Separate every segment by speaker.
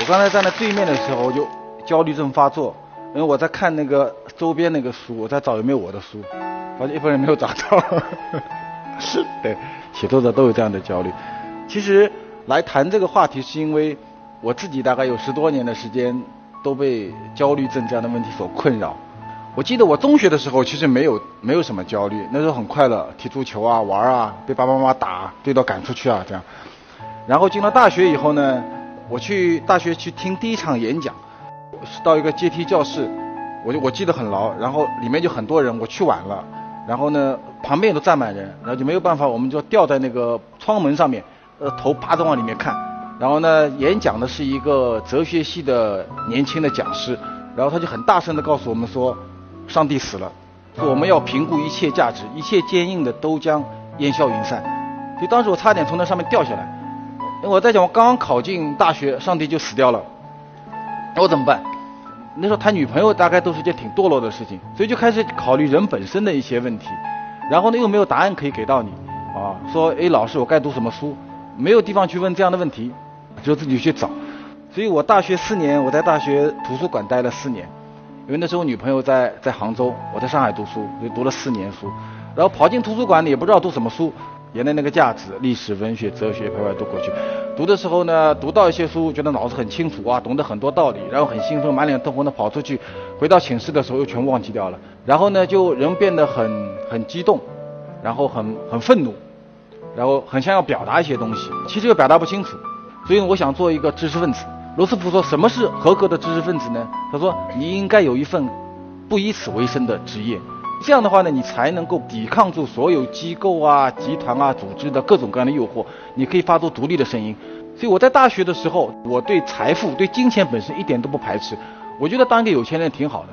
Speaker 1: 刚才站在对面的时候就焦虑症发作，因为我在看那个周边那个书，我在找有没有我的书，发现一本也没有找到。对，写作者都有这样的焦虑。其实来谈这个话题是因为我自己大概有10多年的时间都被焦虑症这样的问题所困扰。我记得我中学的时候其实没有什么焦虑，那时候很快乐，踢足球啊，玩啊，被爸爸妈妈打，对到赶出去啊这样。然后进了大学以后呢，我去大学去听第一场演讲，是到一个阶梯教室，我记得很牢，然后里面就很多人，我去晚了，然后呢旁边都站满人，然后就没有办法，我们就吊在那个窗门上面，头趴着往里面看。然后呢演讲的是一个哲学系的年轻的讲师，然后他就很大声地告诉我们说，上帝死了，说我们要评估一切价值，一切坚硬的都将烟消云散。所以当时我差点从那上面掉下来，因为我在讲我刚刚考进大学，上帝就死掉了，那我怎么办？那时候谈女朋友大概都是件挺堕落的事情，所以就开始考虑人本身的一些问题。然后呢又没有答案可以给到你啊，说老师我该读什么书，没有地方去问这样的问题，只有自己去找。所以我大学4年，我在大学图书馆待了4年，因为那时候女朋友在杭州，我在上海读书，所以读了4年书。然后跑进图书馆里也不知道读什么书，沿着那个架子，历史、文学、哲学，读过去。读的时候呢，读到一些书，觉得脑子很清楚啊，懂得很多道理，然后很兴奋，满脸通红的跑出去，回到寝室的时候又全忘记掉了。然后呢，就人变得很激动，然后很愤怒，然后很想要表达一些东西，其实又表达不清楚。所以我想做一个知识分子。罗斯福说，什么是合格的知识分子呢？他说，你应该有一份不以此为生的职业。这样的话呢，你才能够抵抗住所有机构啊、集团啊、组织的各种各样的诱惑，你可以发出独立的声音。所以我在大学的时候，我对财富、对金钱本身一点都不排斥，我觉得当一个有钱人挺好的。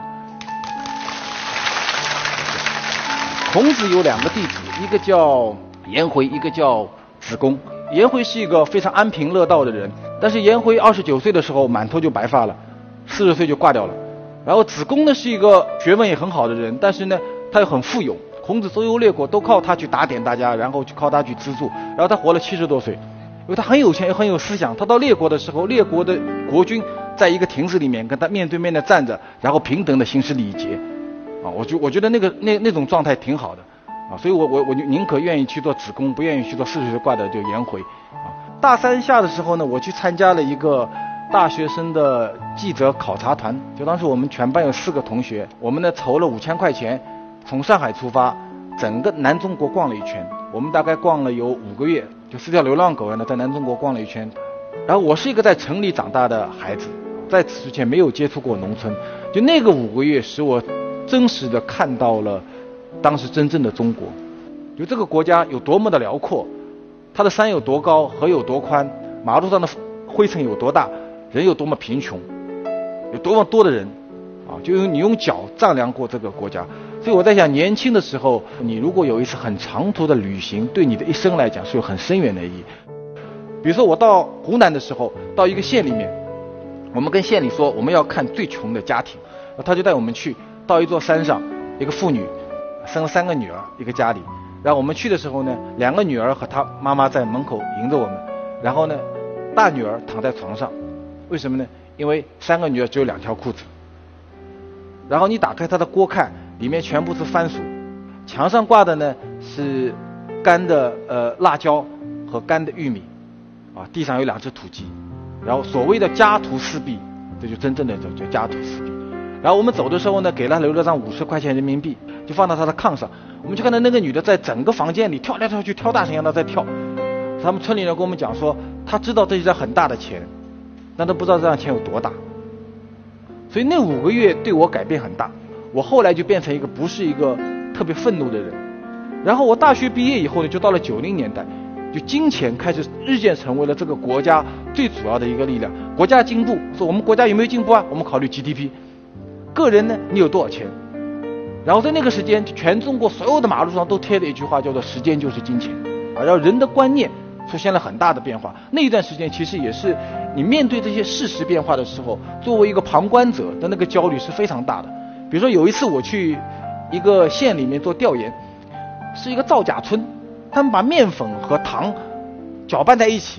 Speaker 1: 孔子有2个弟子，一个叫颜回，一个叫子贡。颜回是一个非常安贫乐道的人，但是颜回29岁的时候满头就白发了，40岁就挂掉了。然后子贡呢是一个学问也很好的人，但是呢他又很富有，孔子周游列国都靠他去打点大家，然后靠他去资助，然后他活了70多岁，因为他很有钱也很有思想。他到列国的时候，列国的国君在一个亭子里面跟他面对面的站着，然后平等的行使礼节啊，我觉得那种状态挺好的啊，所以我宁可愿意去做子贡，不愿意去做40岁挂的就颜回啊。大3下的时候呢，我去参加了一个大学生的记者考察团，就当时我们全班有4个同学，我们呢筹了5000块钱，从上海出发，整个南中国逛了一圈。我们大概逛了有5个月，就4条流浪狗呢在南中国逛了一圈。然后我是一个在城里长大的孩子，在此之前没有接触过农村，就那个5个月使我真实的看到了当时真正的中国，就这个国家有多么的辽阔，它的山有多高，河有多宽，马路上的灰尘有多大，人有多么贫穷，有多么多的人啊！就你用脚丈量过这个国家。所以我在想，年轻的时候，你如果有一次很长途的旅行，对你的一生来讲是有很深远的意义。比如说我到湖南的时候，到一个县里面，我们跟县里说我们要看最穷的家庭，他就带我们去到一座山上，一个妇女生了3个女儿，一个家里。然后我们去的时候呢，2个女儿和她妈妈在门口迎着我们，然后呢大女儿躺在床上，为什么呢？因为3个女儿只有2条裤子。然后你打开她的锅看，里面全部是番薯，墙上挂的呢是干的辣椒和干的玉米啊，地上有2只土鸡。然后所谓的家徒四壁，这就真正的叫家徒四壁。然后我们走的时候呢，给了留了张50块钱人民币，就放到她的炕上。我们就看到那个女的在整个房间里跳来跳去，跳大绳一样的在跳。他们村里人跟我们讲说，他知道这是很大的钱，但他不知道这样钱有多大。所以那5个月对我改变很大，我后来就变成一个不是一个特别愤怒的人。然后我大学毕业以后呢，就到了90年代，就金钱开始日渐成为了这个国家最主要的一个力量。国家进步，说我们国家有没有进步啊？我们考虑 GDP。个人呢，你有多少钱？然后在那个时间，全中国所有的马路上都贴了一句话，叫做时间就是金钱啊。然后人的观念出现了很大的变化。那一段时间其实也是你面对这些事实变化的时候，作为一个旁观者的那个焦虑是非常大的。比如说有一次我去一个县里面做调研，是一个造假村，他们把面粉和糖搅拌在一起，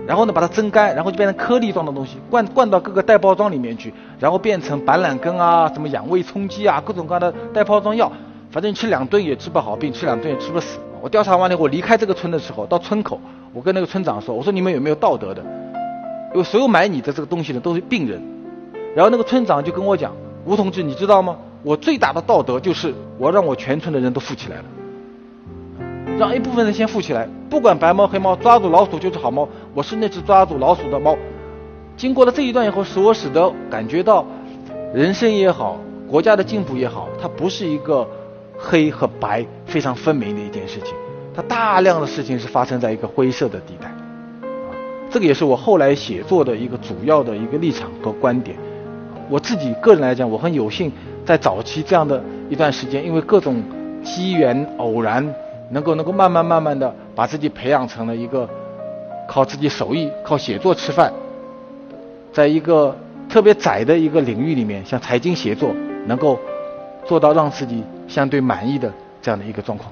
Speaker 1: 然后呢把它蒸干，然后就变成颗粒状的东西，灌到各个袋包装里面去，然后变成板蓝根啊、什么养胃冲剂啊、各种各样的袋包装药，反正吃2顿也治不好病，吃2顿也吃不死。我调查完了以后，我离开这个村的时候，到村口，我跟那个村长说，我说你们有没有道德的？因为所有买你的这个东西的都是病人。然后那个村长就跟我讲，吴同志，你知道吗？我最大的道德就是我让我全村的人都富起来了。让一部分人先富起来，不管白猫黑猫，抓住老鼠就是好猫。我是那只抓住老鼠的猫。经过了这一段以后，使得感觉到人生也好，国家的进步也好，它不是一个黑和白非常分明的一件事情，它大量的事情是发生在一个灰色的地带。这个也是我后来写作的一个主要的一个立场和观点。我自己个人来讲，我很有幸在早期这样的一段时间，因为各种机缘偶然，能够慢慢的把自己培养成了一个靠自己手艺、靠写作吃饭，在一个特别窄的一个领域里面，像财经写作，能够做到让自己相对满意的这样的一个状况。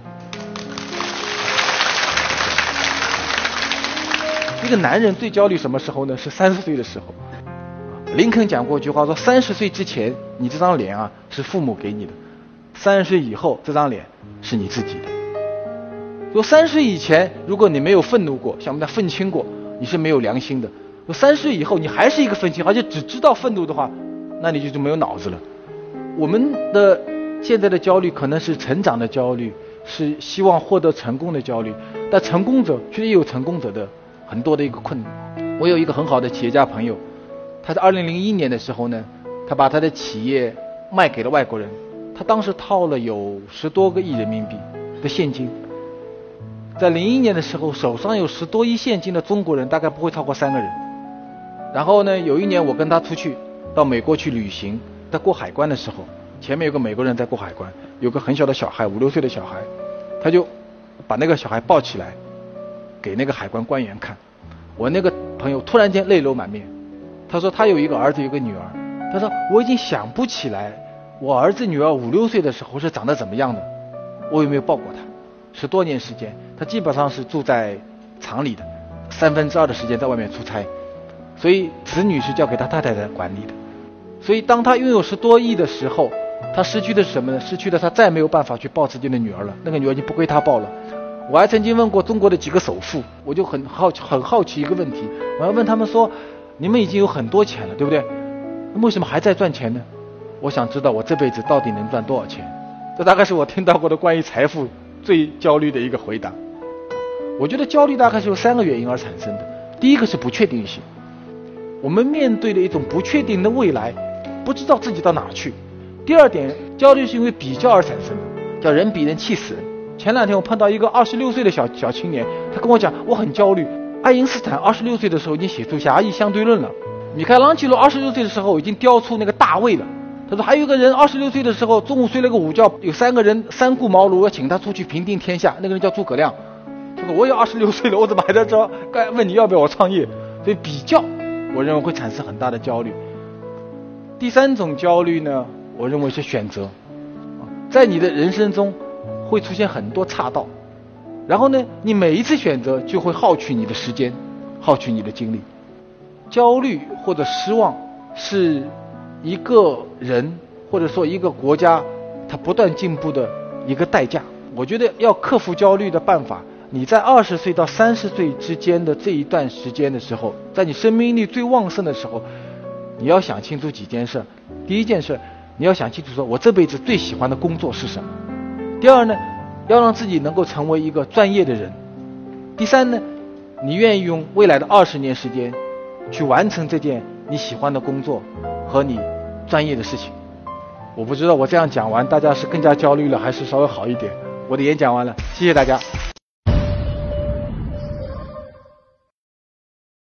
Speaker 1: 一个男人最焦虑什么时候呢？是30岁的时候。林肯讲过一句话说，30岁之前你这张脸啊是父母给你的，30岁以后这张脸是你自己的。说30岁以前如果你没有愤怒过，像我们讲愤青过，你是没有良心的。说30岁以后你还是一个愤青，而且只知道愤怒的话，那你就是没有脑子了。我们的现在的焦虑可能是成长的焦虑，是希望获得成功的焦虑，但成功者确实也有成功者的很多的一个困难。我有一个很好的企业家朋友，他在2001年的时候呢，他把他的企业卖给了外国人，他当时套了有10多个亿人民币的现金。在01年的时候，手上有10多亿现金的中国人大概不会超过3个人。然后呢，有一年我跟他出去到美国去旅行，在过海关的时候，前面有个美国人在过海关，有个很小的小孩，5、6岁的小孩，他就把那个小孩抱起来给那个海关官员看。我那个朋友突然间泪流满面，他说他有一个儿子，有个女儿，他说我已经想不起来我儿子女儿5、6岁的时候是长得怎么样的，我有没有抱过他。10多年时间，他基本上是住在厂里的，2/3的时间在外面出差，所以子女是交给他太太管理的。所以当他拥有10多亿的时候，他失去的是什么呢？失去了他再没有办法去抱自己的女儿了，那个女儿已经不归他抱了。我还曾经问过中国的几个首富，我就很好奇一个问题，我要问他们说，你们已经有很多钱了，对不对？为什么还在赚钱呢？我想知道我这辈子到底能赚多少钱。这大概是我听到过的关于财富最焦虑的一个回答。我觉得焦虑大概是由3个原因而产生的。第一个是不确定性，我们面对的一种不确定的未来，不知道自己到哪去。第二点，焦虑是因为比较而产生的，叫人比人气死人。前2天我碰到一个26岁的小青年，他跟我讲我很焦虑。爱因斯坦26岁的时候已经写出狭义相对论了，米开朗基罗26岁的时候已经雕出那个大卫了。他说还有一个人26岁的时候中午睡了个午觉，有3个人三顾茅庐要请他出去平定天下，那个人叫诸葛亮。他说我也26岁了，我怎么还在这？该问你要不要我创业？所以比较我认为会产生很大的焦虑。第3种焦虑呢，我认为是选择。在你的人生中会出现很多岔道，然后呢，你每一次选择就会耗去你的时间，耗去你的精力。焦虑或者失望是一个人或者说一个国家它不断进步的一个代价。我觉得要克服焦虑的办法，你在20岁到30岁之间的这一段时间的时候，在你生命力最旺盛的时候，你要想清楚几件事。第一件事，你要想清楚说我这辈子最喜欢的工作是什么。第二呢，要让自己能够成为一个专业的人。第3呢，你愿意用未来的20年时间去完成这件你喜欢的工作和你专业的事情。我不知道我这样讲完大家是更加焦虑了还是稍微好一点。我的演讲完了，谢谢大家。